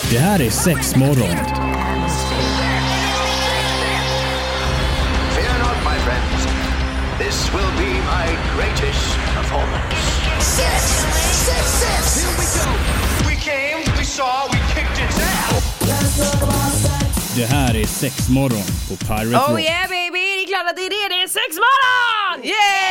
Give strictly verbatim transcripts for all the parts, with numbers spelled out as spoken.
Det här är sex morgon. Fear not, my friends. This will be my greatest performance. Six! Six, six! Here we go. We came, we saw, we kicked its ass. Det här är sex morgon på Pirate Rock. Oh yeah baby, det är klart att det är det, det är sex morgon!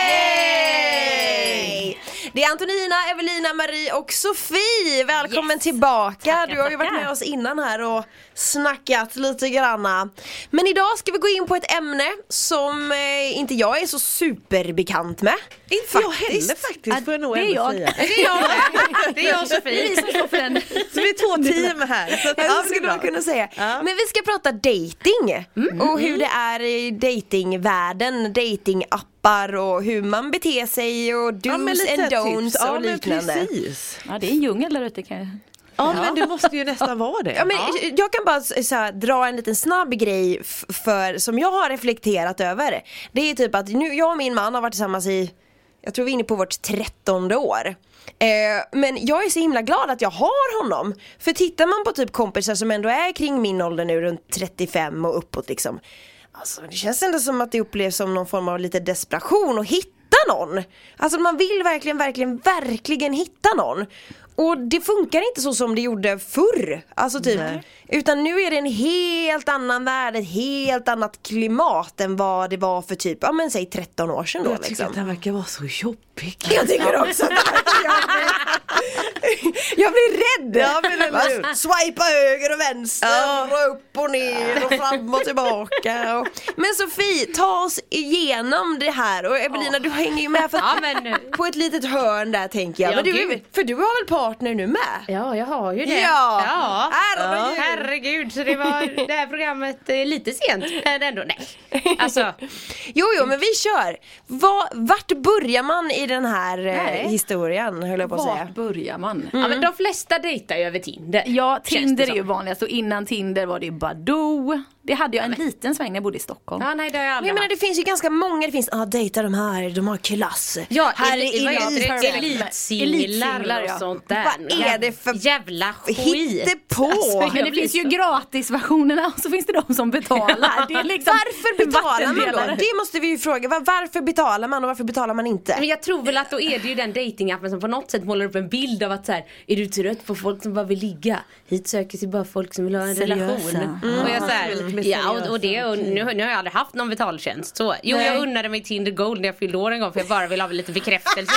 Yay! Det är Antonina, Evelina, Marie och Sofie. Välkommen yes. tillbaka. Tackar, du har ju varit med oss innan här och snackat lite granna. Men idag ska vi gå in på ett ämne som eh, inte jag är så superbekant med. Inte faktiskt. Jag heller faktiskt, får jag nog ändå säga. Det är jag med. Det är jag och Sofie. Vi som står för den. Så vi är två team här. Så att, ja, det skulle man kunna säga. Ja. Men vi ska prata dating mm. och hur det är i datingvärlden, datingappar och hur man beter sig och do's ja, and don'ts ja, och liknande. Precis. Ja, det är en djungel där ute kan jag... Ja, ja, men det måste ju nästan vara det. Ja, men ja. Jag kan bara så här, dra en liten snabb grej f- för som jag har reflekterat över. Det är typ att nu, jag och min man har varit tillsammans i, jag tror vi är inne på vårt trettonde år. Eh, men jag är så himla glad att jag har honom. För tittar man på typ kompisar som ändå är kring min ålder nu, runt trettiofem och uppåt liksom. Alltså det känns ändå som att det upplevs som någon form av lite desperation att hitta någon. Alltså man vill verkligen, verkligen, verkligen hitta någon. Och det funkar inte så som det gjorde förr. Alltså typ. Nej. Utan nu är det en helt annan värld, ett helt annat klimat än vad det var för typ, ja men säg tretton år sedan då. Jag tycker liksom. att det verkar vara så jobbig. Jag tycker också att jag blir rädd. Ja, men swipa höger och vänster ja. Och upp och ner och fram och tillbaka och... Men Sofie, ta oss igenom det här. Och Evelina, ja. Du hänger ju med för... ja, men... på ett litet hörn där tänker jag, ja, men du, för du har väl partner nu med? Ja, jag har ju det. Ja, ja. Herregud. Herregud, så det var det här programmet eh, lite sent. Men ändå, nej. Alltså. Jo, jo, men vi kör. Var, vart börjar man i den här eh, historien, höll jag på att säga? Vart börjar man? Mm. Ja, men de flesta dejtar ju över Tinder. Ja, Tinder är ju vanligast. Och innan Tinder var det Badoo. Det hade jag en ja, liten sväng när jag bodde i Stockholm. Ja, nej, det har jag aldrig. Men jag menar, det finns ju ganska många. Det finns, ja, ah, dejtar de här, de har klass. Ja, här är elitsinglar och sånt där. Vad är det för jävla skit? Hittepå. Alltså, men det finns ju gratisversionerna och så finns det de som betalar. Det är liksom varför betalar man då? Det måste vi ju fråga. Varför betalar man och varför betalar man inte? Men jag tror väl att då är det ju den datingappen som på något sätt målar upp en bild av att så här, är du trött på folk som bara vill ligga? Hit söker sig bara folk som vill ha en seriösa relation. Mm. Och jag så här, ja, och, och det och nu, nu har jag aldrig haft någon betaltjänst. Så jo, nej. Jag unnade mig Tinder Gold när jag fyllde år en gång för jag bara ville ha lite bekräftelse.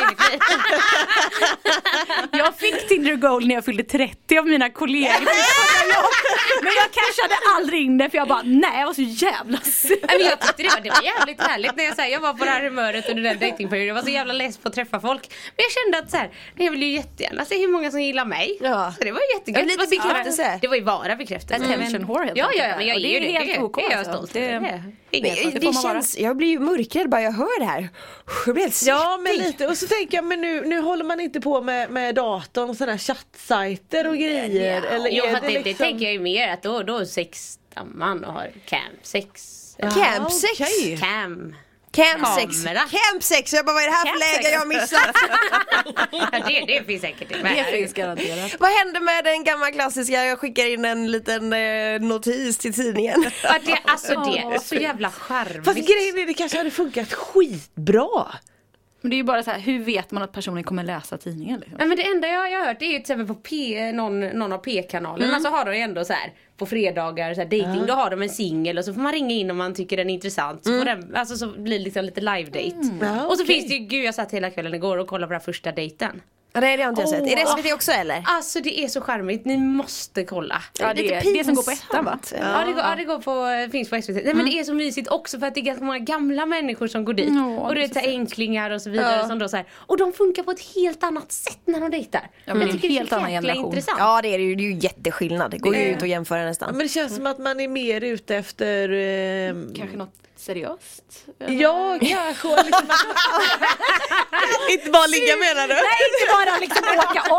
Jag fick Tinder Gold när jag fyllde trettio av mina kollegor. Men jag cashade aldrig in det för jag bara, nej, jag var så jävla sur. Men jag tyckte det var, det var jävligt härligt när jag, så här, jag var på det här humöret under den datingperioden. Jag var så jävla less på att träffa folk. Men jag kände att så här, jag vill ju jättegärna se hur många som gillar mig. Ja. Så det var jättegött. Lite bekräftelse. Det var ju bara bekräftelse. Attention whore helt ja, ja, men jag är det ju är det. helt Det, OK, det är jag alltså. stolt det, över. Det, det, det, det känns, jag blir ju mörkrädd bara jag hör det här. Jag blir helt ja, men lite. Och så tänker jag, men nu, nu håller man inte på med, med datorn och sådana här chattsajter och grejer. Ja. Eller jo, är det, det, det, liksom... det tänker jag ju mer att då, då sextar man och har campsex. Ja, campsex? Okay. Cam. Campsex. Campsex. Jag bara, vad är det här för läge jag har missat? Ja, det, det finns säkert det. Det finns garanterat. Vad händer med den gamla klassiska, jag skickar in en liten eh, notis till tidningen? Ja, det, alltså det är så jävla charmigt. Fast grejen är, det kanske hade funkat skitbra. Men det är ju bara så här, hur vet man att personen kommer läsa tidningen liksom? Nej, men det enda jag har hört är ju till exempel på P, någon, någon av P-kanalerna mm. så har de ju ändå så här på fredagar så här dating, ja. Då har de en singel och så får man ringa in om man tycker den är intressant så, mm. får den, alltså, så blir det liksom lite live-date mm. ja, och så okay. finns det ju, gud jag satt hela kvällen igår och kollade på den första dejten. Ja, det är det jag inte oh. sett. Är det S V T också eller? Alltså det är så charmigt, ni måste kolla. Ja, det, är, det som går på ettan va? Ja, ja det, går, ja, det går på, finns på S V T. Nej, men mm. det är så mysigt också för att det är ganska många gamla människor som går dit. Mm, och du vet enklingar och så vidare ja. Som då så här, och de funkar på ett helt annat sätt när de dejtar. Ja, men mm. det är en helt annan generation. Intressant. Ja, det är ju, det är ju jätteskillnad. Det går ju ut och jämföra nästan. Ja, men det känns som att man är mer ute efter eh... kanske något seriöst? Eller? Ja, kanske liksom... Inte bara ligga menar du? Nej, inte bara liksom åka av. För det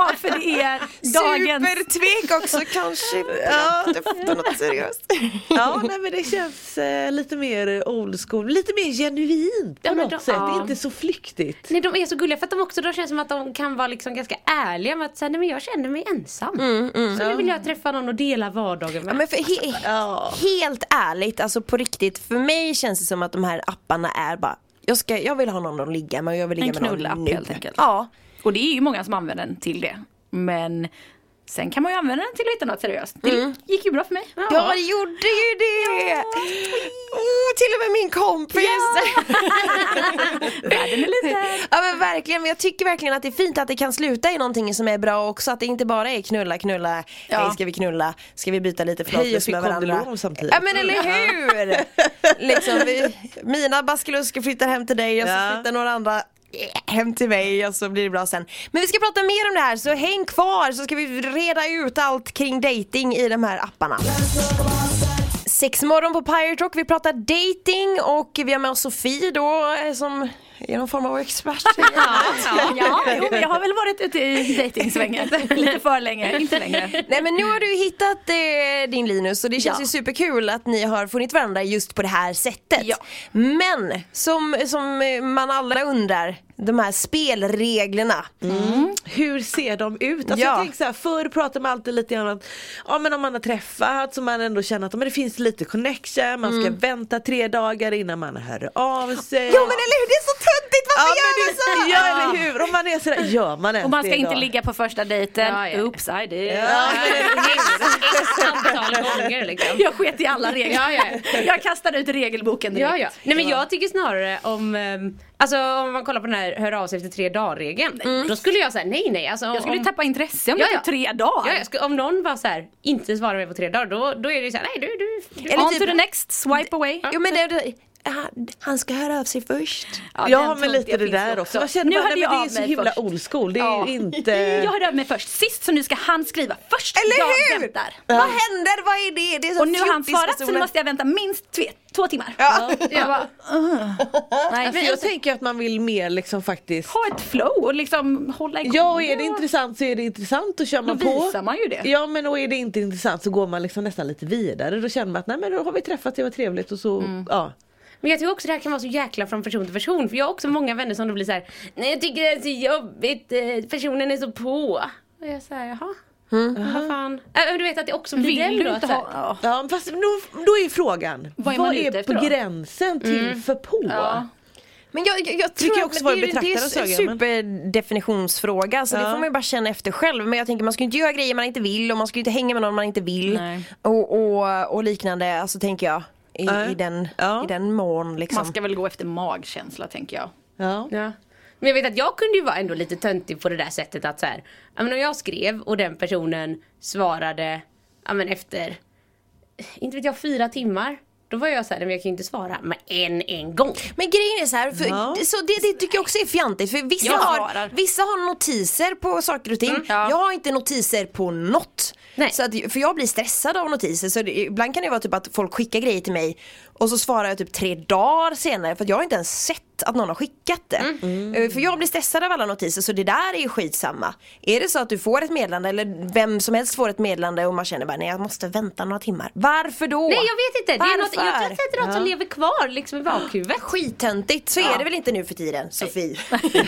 är dagens... Supertvek också kanske. Ja, det får något seriöst. Ja, nej, men det känns eh, lite mer old school, lite mer genuint på Ja, men något då- sätt, ja. inte så flyktigt. Nej, de är så gulliga för att de också då känns som att de kan vara liksom ganska ärliga med att säga, nej men jag känner mig ensam. Så nu vill jag träffa någon och dela vardagen med. Ja, men för he- Ja. helt ärligt, alltså på riktigt, för mig känns det som att de här apparna är bara, jag, ska, jag vill ha någon att ligga med och jag vill ligga En med någon knullapp, nu. helt enkelt. Ja. Och det är ju många som använder den till det. Men sen kan man ju använda den till att hitta något seriöst. Det gick ju bra för mig. Ja, det gjorde ju det! Oh, till och med min kompis! Världen är liten. Ja men verkligen, men jag tycker verkligen att det är fint att det kan sluta i någonting som är bra också. Att det inte bara är knulla, knulla, Ja. hej ska vi knulla, ska vi byta lite Hej, jag flatulus fick med varandra. kondylom samtidigt. Ja men eller hur! liksom, vi, mina baskelusker flyttar hem till dig och så Ja. flyttar några andra hem till mig och så blir det bra sen. Men vi ska prata mer om det här, så häng kvar så ska vi reda ut allt kring dating i de här apparna. Sex morgon på Pirate Rock, vi pratar dating och vi har med oss Sofie då som är någon form av expert. Ja, jo, men jag har väl varit ute i dejtingsvängen lite för länge, inte längre. Nej men nu har du hittat eh, din Linus och det känns Ja. ju superkul att ni har funnit varandra just på det här sättet. Ja. Men som, som man alla undrar, de här spelreglerna. Mm. Hur ser de ut? Alltså Ja. jag tänker så här, förr pratade man alltid lite grann om att ja, men om man har träffat så man ändå känner att men det finns lite connection, man ska vänta tre dagar innan man hör av sig. Jo men eller hur, det är så töntigt, varför Ja, gör men man så? det, ja eller hur, om man är sådär, gör man ens Och man ska det inte då? ligga på första dejten. Ja, ja. Oops, I did. Ja, X antal gånger liksom. Jag sket i alla regler. Ja, ja. Jag kastade ut regelboken direkt. Ja, ja. Nej men jag tycker snarare om, um, alltså om man kollar på den här hör av sig efter tre dagar-regeln. Då skulle jag säga nej nej. Alltså, Jag skulle om, tappa intresse om Ja, det ja. tog tre dagar. ja, jag skulle, om någon bara så här inte svarar mig på tre dagar, då, då är det ju så här, nej du, du, du. Eller On typ- to the next, swipe away. Jo men det, det, han- han ska höra av sig först. Ja, den men lite töntiga det finns där ju också. Jag känner Nu bara, hörde nej, men jag det är av så mig himla först. old school. Det är Ja. ju inte... Jag hörde av mig först sist, så nu ska han skriva först. Eller Jag hur? väntar. Vad händer? Vad är det? Det är så Och nu har han svarat, så nu fjortispersoner. måste jag vänta minst tve, två timmar. Ja. Jag bara, uh. Nej, Alltså, jag tänker att man vill mer liksom faktiskt. ha ett flow och liksom hålla igång. Ja, och är det intressant så är det intressant, och kör man Då på. visar man ju det. Ja, men och är det inte intressant så går man liksom nästan lite vidare. Då känner man att nej men då har vi träffat, det var trevligt och så, ja. Men jag tror också det här kan vara så jäkla från person till person. För jag har också många vänner som då blir så här: nej jag tycker det är så jobbigt, eh, personen är så på. Och jag säger jaha. Mm. Vad fan. Äh, du vet att det också blir den Vill du då, inte att så här- ha... Ja. Ja, fast då, då är frågan, Vad är man ute efter på då? gränsen till för på? Ja. Men jag, jag, jag kan tror också att vara det, är- det är betraktarens en ögon, men- superdefinitionsfråga, så det Ja. får man ju bara känna efter själv. Men jag tänker man ska inte göra grejer man inte vill och man ska inte hänga med någon man inte vill. Nej. Och, och, och liknande, alltså tänker jag i, Nej. i, den, Ja. i den mån liksom. Man ska väl gå efter magkänsla, tänker jag. Ja. Ja. Men jag vet att jag kunde ju vara ändå lite töntig på det där sättet att så här, ja men om jag skrev och den personen svarade, ja men efter, inte vet jag, fyra timmar. Då var jag så här, men jag kan ju inte svara med en en gång. Men grejen är så här, för, Ja. så det, det tycker jag också är fjantigt. För vissa, Jag har, svarar. vissa har notiser på saker och ting. ja. Jag har inte notiser på något. Nej. Så att, för jag blir stressad av notiser. Så det, ibland kan det vara typ att folk skickar grejer till mig och så svarar jag typ tre dagar senare, för att jag har inte ens sett att någon har skickat det. Eh, För jag blir stressad av alla notiser, så det där är ju skitsamma. Är det så att du får ett meddelande, eller vem som helst får ett meddelande och man känner bara, nej jag måste vänta några timmar. Varför då? Nej jag vet inte, det är något, jag tror Varför? att det är något som lever kvar liksom i bakhuvudet. Skittöntigt, så är det väl inte nu för tiden, Sofie?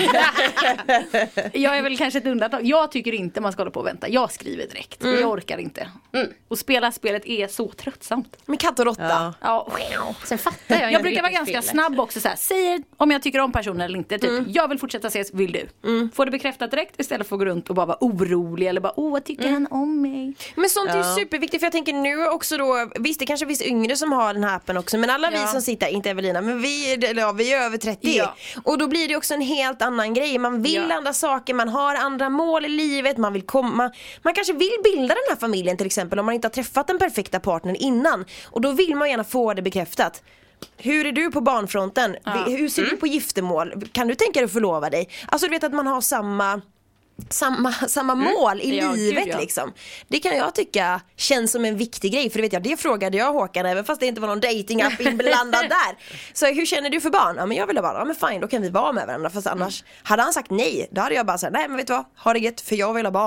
Jag är väl kanske ett undantag. Jag tycker inte man ska hålla på och vänta. Jag skriver direkt. Jag orkar inte. Och spela spelet är så tröttsamt. Med katt och råtta. Ja. Ja. Sen fattar jag Jag ändå brukar vara lite ganska spelet. snabb också, så här, säger om jag tycker om personen eller inte, typ, jag vill fortsätta ses, vill du? Får det bekräftat direkt istället för att gå runt och bara vara orolig eller bara, åh, tycker han om mig? Men sånt är ju Ja. superviktigt, för jag tänker nu också då, visst det kanske finns yngre som har den här appen också, men alla vi Ja. som sitter, inte Evelina, men vi, eller ja, vi är över trettio. Ja. Och då blir det också en helt annan grej. Man vill Ja. andra saker, man har andra mål i livet, man vill komma, man kanske vill bilda den här familjen till exempel om man inte har träffat den perfekta partnern innan. Och då vill man gärna få det bekräftat. Hur är du på barnfronten? Vi- Hur ser du på giftermål? Kan du tänka dig att förlova dig? Alltså du vet att man har samma Samma, samma mål i Ja, gud, livet ja. liksom. Det kan jag tycka känns som en viktig grej. För det vet jag, det frågade jag Håkan, även fast det inte var någon dating-app inblandad där. Så hur känner du för barn? Ja men jag vill ha barn, ja men fine, då kan vi vara med varandra. Fast annars, hade han sagt nej, då hade jag bara sagt nej men vet du vad, ha det gött, för jag vill ha barn.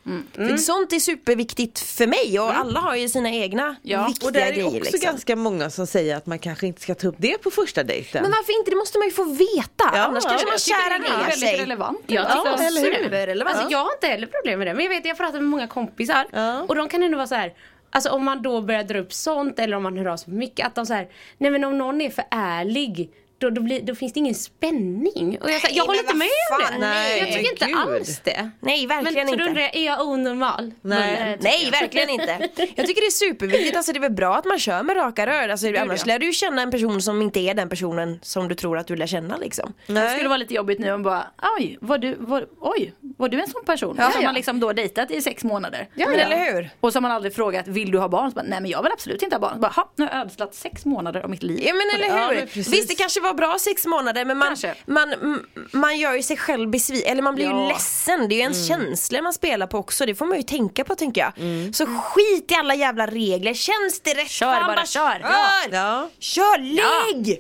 Mm. För sånt är superviktigt för mig och alla har ju sina egna Ja. viktiga Och det är grejer. också Liksom. ganska många som säger att man kanske inte ska ta upp det på första dejten. Men varför inte? Det måste man ju få veta. Ja, Annars ja, kanske man Jag tycker kärar det är ner väldigt sig. relevant. Jag Ja, tycker eller hur? Superrelevant. Alltså jag har inte heller problem med det. Men jag vet, jag pratar med många kompisar. Ja. Och de kan ändå vara så här. Alltså om man då börjar dra upp sånt. Eller om man hör av sig för mycket. Att de så här. Nej men om någon är för ärlig. Då, då, blir, då finns det ingen spänning. Och jag, så här, jag Nej, håller men inte med vad om fan, det. nej, jag tycker men inte gud. alls det. Nej, verkligen Men så inte. då undrar jag, är jag onormal? Nej. Nej, verkligen inte. Jag tycker det är superviktigt. Alltså det är väl bra att man kör med raka rör. Alltså, annars lär du ju känna en person som inte är den personen som du tror att du lär känna liksom. Det skulle vara lite jobbigt nu om bara, oj, var du, var, oj, var du en sån person? Ja, som ja. man liksom då dejtat i sex månader. Ja, men eller hur? Och så har man aldrig frågat, vill du ha barn? Så bara, nej men jag vill absolut inte ha barn. Så bara, ha, nu har jag ödslat sex månader av mitt liv. Ja men eller Ja, hur? men precis. Visst det kanske var bra sex månader men man, Kanske. man, m- man gör ju sig själv besviken. Eller man blir ju Ja. ledsen. Det är ju ens känslor man spelar på också. Det får man ju tänka på tänker jag. Så skit i alla jävla regler. Känns det rätt? Kör, Fan, bara kör. Kör, Ja. kör lägg!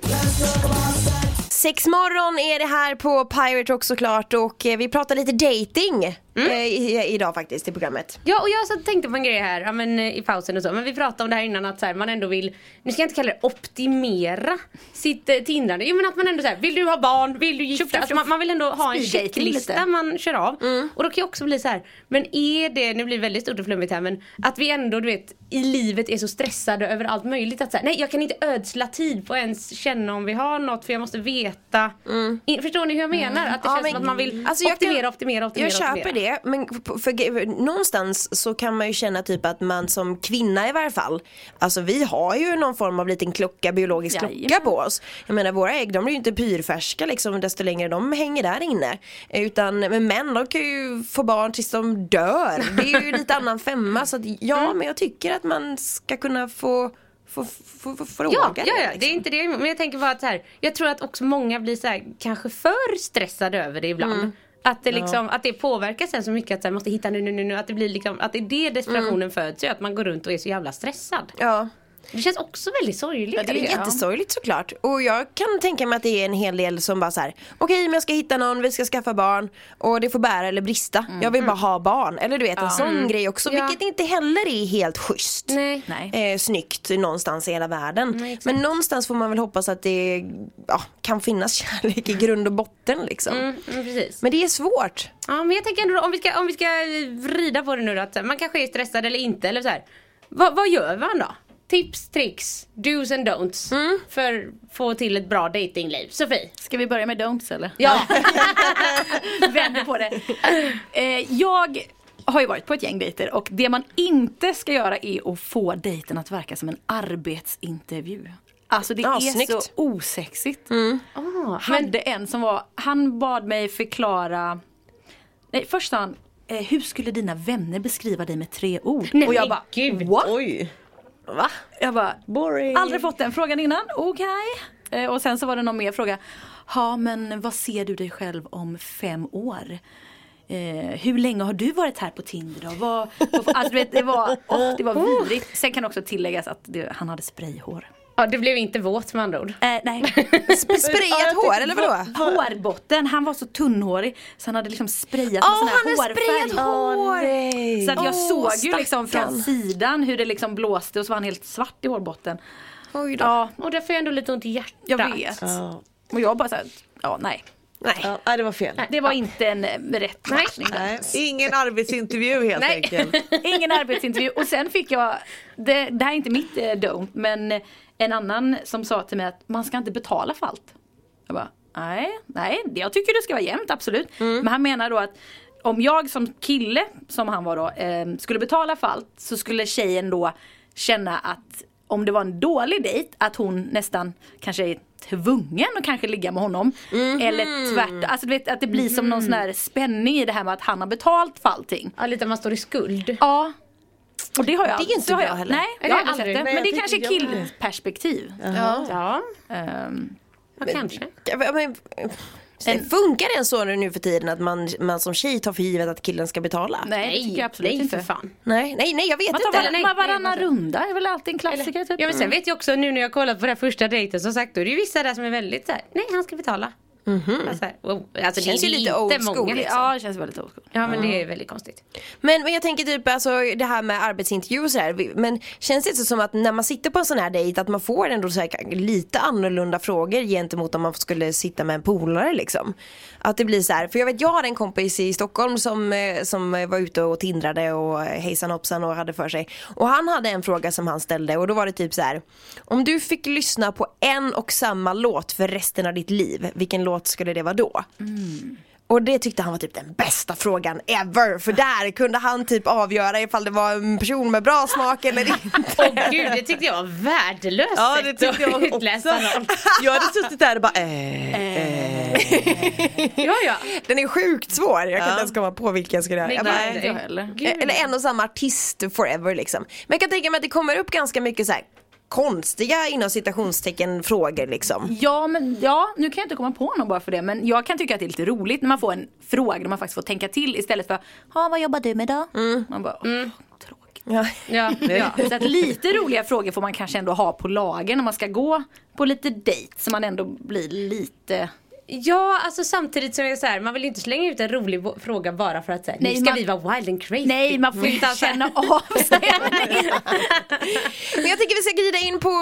Sexmorgon är det här på Pirate Rock såklart. Och eh, vi pratar lite dating eh, i, idag faktiskt i programmet. Ja, och jag så tänkte på en grej här ja, men, i pausen och så. Men vi pratade om det här innan att så här, man ändå vill, nu ska jag inte kalla det optimera sitt eh, tindrande. Jo men att man ändå så här, vill du ha barn, vill du gifta? Tjup, tjup, Alltså, man, man vill ändå ha en Speed dating checklista lite. man kör av. Och då kan jag också bli så här, men är det, nu blir det väldigt stort och flummigt här, men att vi ändå du vet, i livet är så stressade över allt möjligt. Att så här, nej jag kan inte ödsla tid på att ens känna om vi har något för jag måste veta. In, förstår ni hur jag menar? Att det Ja, känns men- som att man vill alltså, jag optimera, kan- optimera, optimera, Jag köper optimera. det, men för, för, någonstans så kan man ju känna typ att man som kvinna i varje fall, alltså vi har ju någon form av liten klocka, biologisk Jajamän. klocka på oss. Jag menar våra ägg, de blir ju inte pyrfärska liksom desto längre de hänger där inne. Utan men män, de kan ju få barn tills de dör. Det är ju lite annan femma så att, ja, men jag tycker att man ska kunna få Få, få, få fråga Ja, ja, ja, liksom. det är inte det jag är emot. Men jag tänker bara att så här, jag tror att också många blir så här, kanske för stressade över det ibland. Mm. Att det liksom, att det påverkar sen så mycket att så här, måste hitta nu, nu, nu, nu. Att det blir liksom, att det är det desperationen Mm. föds i, att man går runt och är så jävla stressad. Ja. Det känns också väldigt sorgligt. Ja, det är tycker jag. jättesorgligt såklart. Och jag kan tänka mig att det är en hel del som bara så här: okej men jag ska hitta någon, vi ska skaffa barn och det får bära eller brista. Jag vill bara ha barn. Eller du vet en sån grej också, Ja. vilket inte heller är helt schysst. Nej. Nej. Eh, snyggt någonstans i hela världen. Nej, exakt. Men någonstans får man väl hoppas att det ja, kan finnas kärlek i grund och botten liksom. Mm, mm, precis. Men det är svårt. Ja, men jag tänker ändå om vi ska, om vi ska vrida på det nu då, att man kanske är stressad eller inte eller så här. Vad, vad gör man då? Tips, tricks, do's and don'ts Mm. för att få till ett bra datingliv. Sofie? Ska vi börja med don'ts eller? Ja. Vänder på det. Eh, jag har ju varit på ett gäng dejter och det man inte ska göra är att få dejten att verka som en arbetsintervju. Alltså det Ja, är snyggt. så osexigt. Ah, Hade en som var, han bad mig förklara, nej först sa han, eh, hur skulle dina vänner beskriva dig med tre ord? Nej, och jag men bara, gud. what? Oj. Va? Jag bara, Boring. aldrig fått den frågan innan, okej. Eh, och sen så var det någon mer fråga. Ja, men vad ser du dig själv om fem år? Eh, hur länge har du varit här på Tinder då? Vad, vad, alltså, du vet, det var, åh, det var vidrigt. Sen kan också tilläggas att det, han hade sprayhår. Ja, det blev inte våt med andra ord. Eh, nej. Sp- sprayat hår eller vadå? Hårbotten, han var så tunnhårig så han hade liksom sprayat med Åh, sån här han har hårfärg. sprayat hår! Så att jag Åh, såg ju liksom stackarn. från sidan hur det liksom blåste och så var han helt svart i hårbotten. Oj då. Ja, Och därför är jag ändå lite ont i hjärtat. jag vet. Ja. Och jag bara såhär, ja nej. Nej. Ja, nej, det var fel. Det var inte en eh, rätt matchning där. Nej, ingen arbetsintervju helt Nej. enkelt. Ingen arbetsintervju. Och sen fick jag, det, det här är inte mitt eh, don't, men eh, en annan som sa till mig att man ska inte betala för allt. Jag bara, nej, nej, jag tycker det ska vara jämnt, absolut. Men han menar då att om jag som kille, som han var då, eh, skulle betala för allt så skulle tjejen då känna att om det var en dålig dejt, att hon nästan kanske är tvungen att kanske ligga med honom. Eller tvärtom. Alltså du vet att det blir som någon sån här spänning i det här med att han har betalt för allting. Ja, lite att man står i skuld. Ja. Och det har jag Det är inte så har bra jag, heller. Nej, Nej, jag har aldrig aldrig. sett det. Nej, Men det är jag kanske tycker jag killperspektiv. Ja. Ja, Um, ja kanske. Ja, men, en, funkar det en så nu för tiden att man, man som tjej tar för givet att killen ska betala? nej, det tycker jag absolut nej, inte. för fan. Nej, nej, nej jag vet Man inte. tar var, nej, man nej, varannan nej, runda är väl alltid en klassiker typ. Ja, men sen vet jag också nu när jag har kollat på den här första dejten som sagt, då är det ju vissa där som är väldigt så här, nej han ska betala. Mm-hmm. Alltså, wow. Alltså, Känns det ju är lite inte old school, många. liksom. Ja, det känns väldigt old school. Ja, men det är väldigt konstigt. Men, men jag tänker typ alltså det här med arbetsintervju och så här, men känns det inte som att när man sitter på en sån här dejt att man får ändå så här, lite annorlunda frågor gentemot om man skulle sitta med en polare liksom? Att det blir så här, för jag vet jag hade en kompis i Stockholm som, som var ute och tindrade och hejsan hoppsan och hade för sig. Och han hade en fråga som han ställde och då var det typ så här: om du fick lyssna på en och samma låt för resten av ditt liv, vilken låt skulle det vara då? Mm. Och det tyckte han var typ den bästa frågan ever. För där kunde han typ avgöra ifall det var en person med bra smak eller inte. Åh oh, gud, det tyckte jag var värdelöst. Ja, det tyckte jag också. Jag hade suttit där och bara äh, äh. Ja, ja. Den är sjukt svår. Jag kan Ja. inte ens komma på vilken jag skulle göra. Nej, Jag bara, Nej, inte jag heller. eller en och samma artist forever liksom. Men jag kan tänka mig att det kommer upp ganska mycket så här konstiga inom citationstecken frågor liksom. Ja, men ja, nu kan jag inte komma på någon bara för det. Men jag kan tycka att det är lite roligt när man får en fråga där man faktiskt får tänka till istället för, ja, vad jobbar du med då? Mm. Man bara, mm. tråkigt. Ja. Ja, Ja, så att lite roliga frågor får man kanske ändå ha på lagen när man ska gå på lite dejt. Så man ändå blir lite... ja, alltså samtidigt som jag är så här, man vill ju inte slänga ut en rolig bo- fråga bara för att säga, nu Nej, ska man- vi vara wild and crazy. Nej, man får inte känna av stämningen. Men jag tycker vi ska glida in på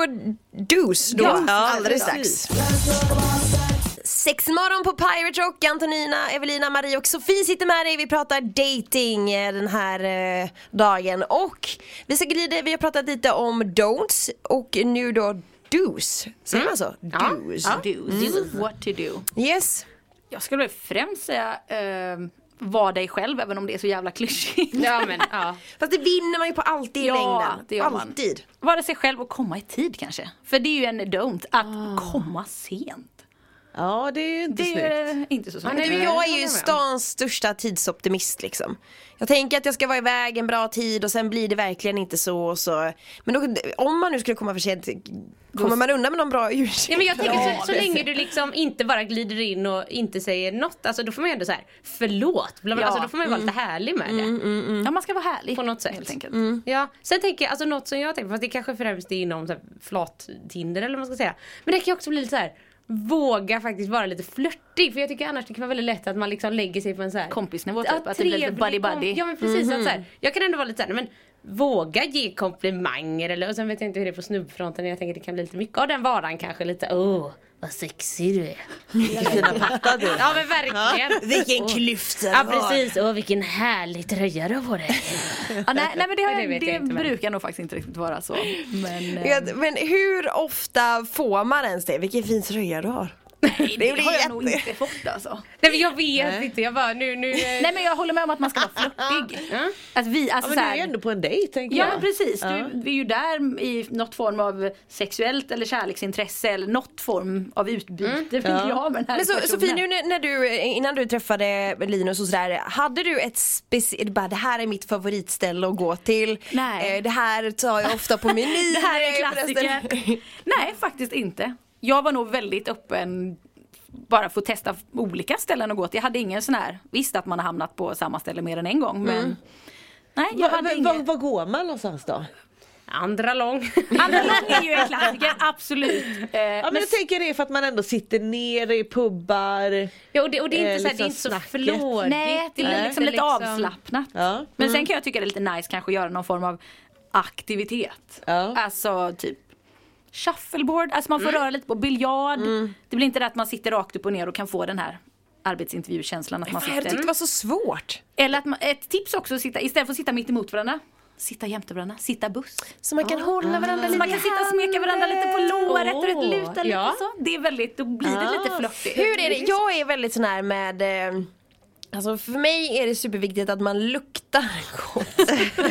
dos då Ja, alldeles precis. strax. Sexmorgon på Pirate Rock. Antonina, Evelina, Marie och Sofie sitter med dig. Vi pratar dating eh, den här eh, dagen. Och vi ska glida, vi har pratat lite om don'ts och nu då do's. Säger man så? Ja. Do's. Ja. Do, what to do. Yes. Jag skulle väl främst säga eh, var dig själv, även om det är så jävla klyschigt. Ja, men ja. Fast det vinner man ju på alltid i Ja, längden. det gör man. Alltid. Vara sig själv och komma i tid kanske. För det är ju en don't att komma sent. Ja, det är ju inte Det snyggt. är inte så snyggt. Men du, Nej, jag är det ju håller jag med om. stans största tidsoptimist liksom. Jag tänker att jag ska vara iväg en bra tid och sen blir det verkligen inte så och så. Men då, om man nu skulle komma för sent, kommer man undan med någon bra ursäkt? Ja, men jag tänker så, så länge du liksom inte bara glider in och inte säger något, alltså då får man ju ändå så här, förlåt, bla, bla, Ja. alltså då får man ju vara lite härlig med det. Ja, man ska vara härlig. På något sätt. Helt enkelt. Ja, sen tänker jag, alltså något som jag tänker, fast det kanske främst är inom så här, flat-tinder eller vad man ska säga. Men det kan ju också bli lite så här, våga faktiskt vara lite flörtig. För jag tycker annars det kan vara väldigt lätt att man liksom lägger sig på en så här Kompisnivå typ, ja, att det blir lite trevlig buddy kom- buddy. Ja, men precis, att så här, jag kan ändå vara lite så här, men våga ge komplimanger eller, och sen vet jag inte hur det är på snubbfronten. Jag tänker det kan bli lite mycket av den varan kanske lite, åh, vad sexig du är. Vilka fina pattar du. Ja, men verkligen. Vilken klyfta. Ja, precis. Åh, vilken härlig tröja du har på dig. Ja, nej, nej, men det, har, Nej, det det, vet jag inte, men- brukar nog faktiskt inte riktigt vara så. Men, eh, Ja, men hur ofta får man ens det? Vilken fin tröja du har. nej, det, det blir har jag jätte- nog inte fått alltså. Nej, men jag vet inte. Jag bara, nu, nu. Nej, men jag håller med om att man ska vara flörtig. Att vi, Ja, alltså, men så du här, är ju ändå på en dejt, tänker Ja, jag. men precis. Ja. Du, vi är ju där i något form av sexuellt eller kärleksintresse eller något form av utbyte vill Ja. jag ha med den här Men så, personen. Sofie, nu när, när du, innan du träffade Linus och sådär, hade du ett speciellt, bara det här är mitt favoritställe att gå till. Nej. Eh, det här tar jag ofta på menyn. Det här är en Förresten. klassiker. Nej, faktiskt inte. Jag var nog väldigt öppen bara för att testa olika ställen att gå till. Jag hade ingen sån här, visst att man har hamnat på samma ställe mer än en gång, men nej, jag Va, hade va, ingen. va, Var går man någonstans då? Andra lång. Andra lång är ju en klassiker, absolut. Eh, Ja, men men jag tänker det är för att man ändå sitter nere i pubbar. Ja, och det, och det är inte Eh, så här, det är liksom inte så snacket. flådigt. nej, det är liksom lite avslappnat. Ja. Men sen kan jag tycka det är lite nice kanske att göra någon form av aktivitet. Ja. Alltså typ shuffleboard, alltså man får röra lite på biljard. Det blir inte det att man sitter rakt upp och ner och kan få den här arbetsintervjukänslan att man Jag tyckte sitter. det var så svårt. Eller att man, ett tips också, att sitta, istället för att sitta mitt emot varandra, sitta jämte varandra, sitta buss. Så man kan hålla varandra Så lite man kan sitta och smeka varandra lite på låret och Åh, luta lite ja. så. Det är väldigt, då blir det lite flörtigt. Hur är det? Jag är väldigt sån här med eh, alltså för mig är det superviktigt att man luktar gott.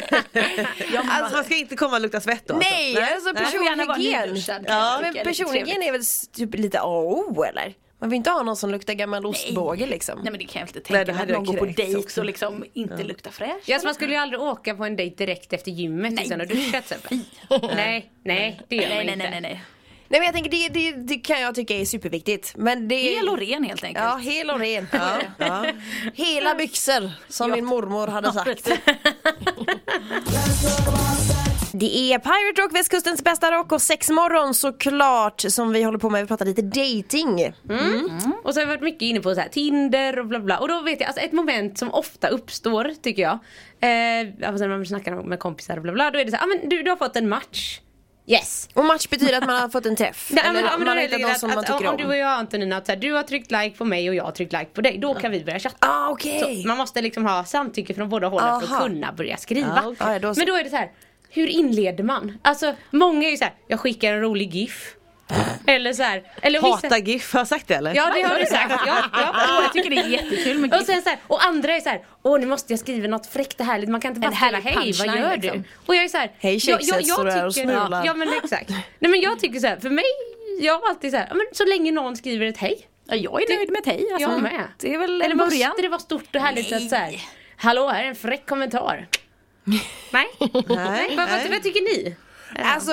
Alltså man ska inte komma och lukta svett då? Nej, alltså Man får gärna vara personhygien. nyduschad. Ja, Det men tycker jag är lite personhygien trevligt. är väl typ lite A och O eller? Man vill inte ha någon som luktar gammal ostbåge liksom. Nej, men det kan jag inte Nej, tänka det mig att hade någon jag går på kräkts dejt också. och liksom inte luktar fräscht. Ja, så man skulle ju aldrig åka på en dejt direkt efter gymmet utan att duscha till exempel. Nej, nej, det gör man Nej, nej, inte. nej, nej, nej. Nej men jag tänker det, det, det kan jag tycka är superviktigt. Men det Hel och ren helt enkelt. Ja, hel och ren. Ja, ja. Hela byxor som min mormor hade sagt. Det är Pirate Rock, västkustens bästa rock och sexmorgon såklart som vi håller på med. Vi pratar lite dating. Mm. Mm. Och så har vi varit mycket inne på så här, Tinder och bla bla. Och då vet jag, alltså ett moment som ofta uppstår tycker jag. Eh, alltså när man snackar med kompisar och bla bla. Då är det så här, ah, men du, du har fått en match. Yes. Och match betyder att man har fått en träff. Ja, eller men, man men har det hittat är någon att, som att, man tycker om, om. om du och jag Antonina, att så här, du har tryckt like på mig och jag har tryckt like på dig, då kan vi börja chatta. Ah, okej. Så man måste liksom ha samtycke från båda hållen för Aha. att kunna börja skriva. Ah, okej. Ah, då så. Men då är det så här, hur inleder man? Alltså många är ju så här, jag skickar en rolig gif. Eller så här, eller Hata GIF, har jag sagt det eller? Ja, det har du sagt. Ja, ja. Jag tycker det är jättekul med Och GIF. sen så här, och andra är så här, åh nu måste jag skriva något fräckt och härligt. Man kan inte bara En skriva härlig hej, vad punchline, gör liksom. du? Och jag är så här, Hej, jag, tjejset, står där och smular. ja, ja men exakt. Nej men jag tycker så här, för mig, jag har alltid så här, ja, men så länge någon skriver ett hej. Ja, jag är nöjd med ett hej. Alltså. Jag med. Det är väl Eller en början. måste det vara stort och härligt att så här, hallå här är en fräck kommentar. Nej? Nej, Vad, vad, nej. vad tycker ni? Alltså,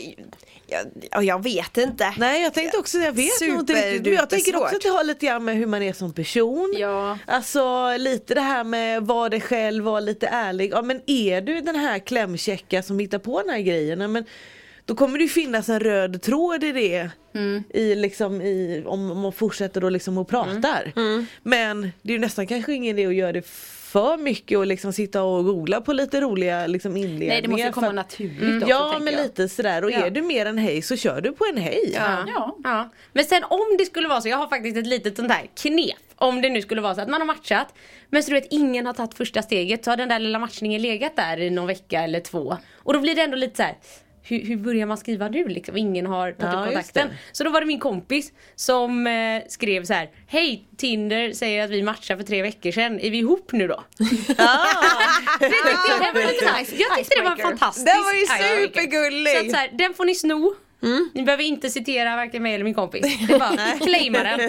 jag, jag vet inte. Nej, jag tänkte också, jag vet Super nog inte riktigt. Men jag tänker också svårt. att det har lite grann med hur man är som person. Ja. Alltså lite det här med var dig själv, var lite ärlig. Ja, men är du den här klämkäcka som hittar på den här grejen, men då kommer det ju finnas en röd tråd i det. Mm. I liksom i, om, om man fortsätter då liksom och pratar. Mm. Mm. Men det är ju nästan kanske ingen idé att göra det för mycket och liksom sitta och googla på lite roliga liksom inledningar. Nej, det måste komma för, naturligt mm, också, ja, men jag. lite sådär. Och Ja. är du mer än hej så kör du på en hej. Ja. Ja. Ja. Men sen om det skulle vara så, jag har faktiskt ett litet sånt här knep. Om det nu skulle vara så att man har matchat, men så du vet ingen har tagit första steget, så har den där lilla matchningen legat där i någon vecka eller två. Och då blir det ändå lite så här. Hur, hur börjar man skriva nu liksom? Ingen har tagit Ja, upp just kontakten. det. Så då var det min kompis som eh, skrev så här: hej, Tinder säger att vi matchar för tre veckor sedan. Är vi ihop nu då? det tyckte jag, var lite nice. Jag tyckte det var fantastiskt. Den var ju icebreaker. supergullig. Så att så här, den får ni sno. Mm. Ni behöver inte citera varken mig eller min kompis. Det är bara claima den.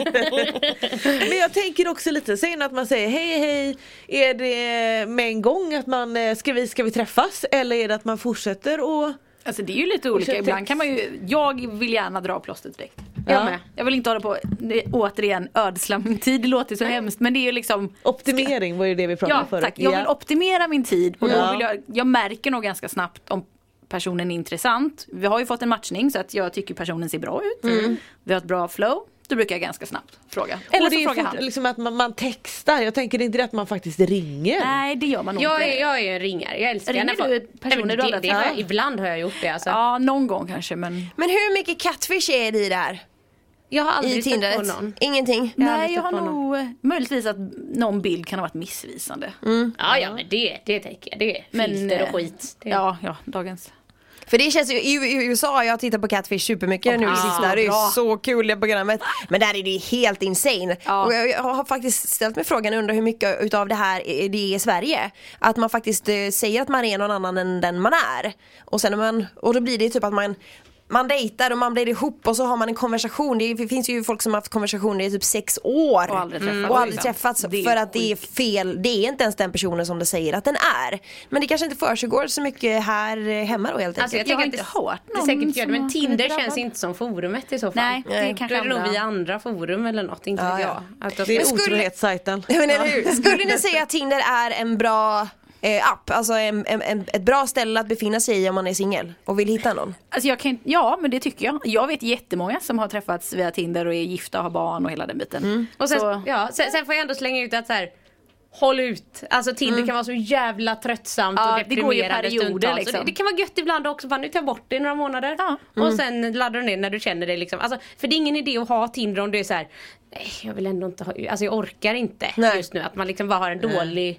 Men jag tänker också lite, sen att man säger hej hej, är det med en gång att man eh, ska vi, ska vi träffas, eller är det att man fortsätter och Alltså det är ju lite olika. Och så Ibland tänk- kan man ju, jag vill gärna dra plåstret direkt. Jag med. Jag vill inte hålla på, det, återigen, ödsla min tid. Det låter så hemskt, men det är ju liksom optimering var ju det vi pratade Ja, om förut. tack. Jag vill optimera min tid och då Ja. vill jag, jag märker nog ganska snabbt om personen är intressant. Vi har ju fått en matchning så att jag tycker personen ser bra ut. Mm. Vi har ett bra flow. Då brukar jag ganska snabbt fråga. Eller och det så är frågar fort, han. liksom att man, man textar. Jag tänker inte det att man faktiskt ringer. Nej, det gör man nog Jag inte. är, jag är en ringare, jag älskar Ringer när folk- du personer Nej, men du det, aldrig det har jag, träffat? Ibland har jag gjort det alltså. Ja, någon gång kanske, men... Men hur mycket catfish är det i det här? Jag har I aldrig stött på Tinder? någon. Ingenting? Jag har Nej, aldrig jag har stött på nog... Möjligtvis att någon bild kan ha varit missvisande. Ja, ja, men det, det tänker jag. Det är Men, filter och eh, skit. Det. Ja, ja, dagens... För det känns ju, i, i U S A har jag tittat på Catfish supermycket nu i ah, sista, det är ju bra. så kul det programmet. Men där är det ju helt insane. Ja. Och jag, jag har faktiskt ställt mig frågan, undrar hur mycket utav det här är, det är i Sverige. Att man faktiskt eh, säger att man är någon annan än den man är. Och sen när man, och då blir det typ att man man dejtar och man blir ihop och så har man en konversation. Det, är, det finns ju folk som har haft konversationer i typ sex år. Och aldrig träffats, och aldrig liksom. träffats Det är för att det är fel. Det är inte ens den personen som det säger att den är. Men det kanske inte försiggår så mycket här eh, hemma då helt Alltså, jag enkelt. Jag har tänker inte att det, hört det någon säkert gör det, som men har Tinder blivit känns drabbad. inte som forumet i så fall. Nej, det är Nej. kanske Då är det nog andra. via andra forum eller något, inte Ja, vet ja. jag. Att de- Det är Men skulle- otrohetssajten. Men eller hur? Skulle ni säga att Tinder är en bra eh, app? Alltså en, en, en, ett bra ställe att befinna sig i om man är singel och vill hitta någon? Alltså jag kan, ja, men det tycker jag. Jag vet jättemånga som har träffats via Tinder och är gifta och har barn och hela den biten. Och sen, Så, ja, sen, sen får jag ändå slänga ut att så här, håll ut. Alltså Tinder kan vara så jävla tröttsamt Ja, och det går ju deprimerande perioder, stundtals. liksom. Och det, det kan vara gött ibland också, bara nu tar jag bort det i några månader. Ja. Och sen laddar du ner när du känner det liksom. Alltså, för det är ingen idé att ha Tinder om du är så här, nej jag vill ändå inte ha, alltså jag orkar inte Nej. just nu. Att man liksom bara har en dålig...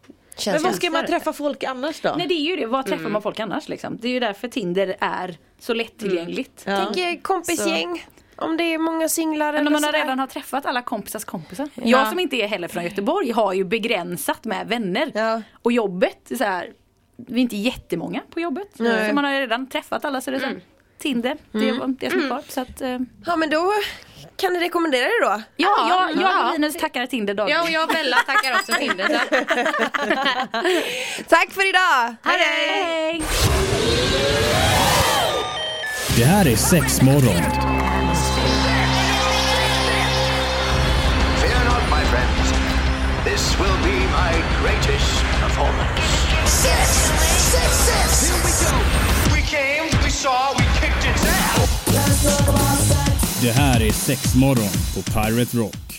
Men vad ska man träffa folk annars då? Nej, det är ju det. Var träffar man folk annars liksom? Det är ju därför Tinder är så lättillgängligt. Ja. Tänk eh, kompisgäng. Om det är många singlar Men eller om man har sådär. redan har träffat alla kompisars kompisar. Jag som inte är heller från Göteborg har ju begränsat med vänner. Ja. Och jobbet, så här, vi är inte jättemånga på jobbet. Nej. Så man har ju redan träffat alla, så det är så här, Tinder, det är det som är kvar. Så att, eh, Ja, men då kan ni rekommendera det då? ja, jag, jag ja. och Linus tackar Tinder dagligen. Ja, och jag och Bella tackar också Tinder. Så. Tack för idag! Hej, hej! Det här är sex morgon. Fear not, my friends. This will be my greatest performance. Six, six, six. Here we go. Det här är Sexmorgon på Pirate Rock.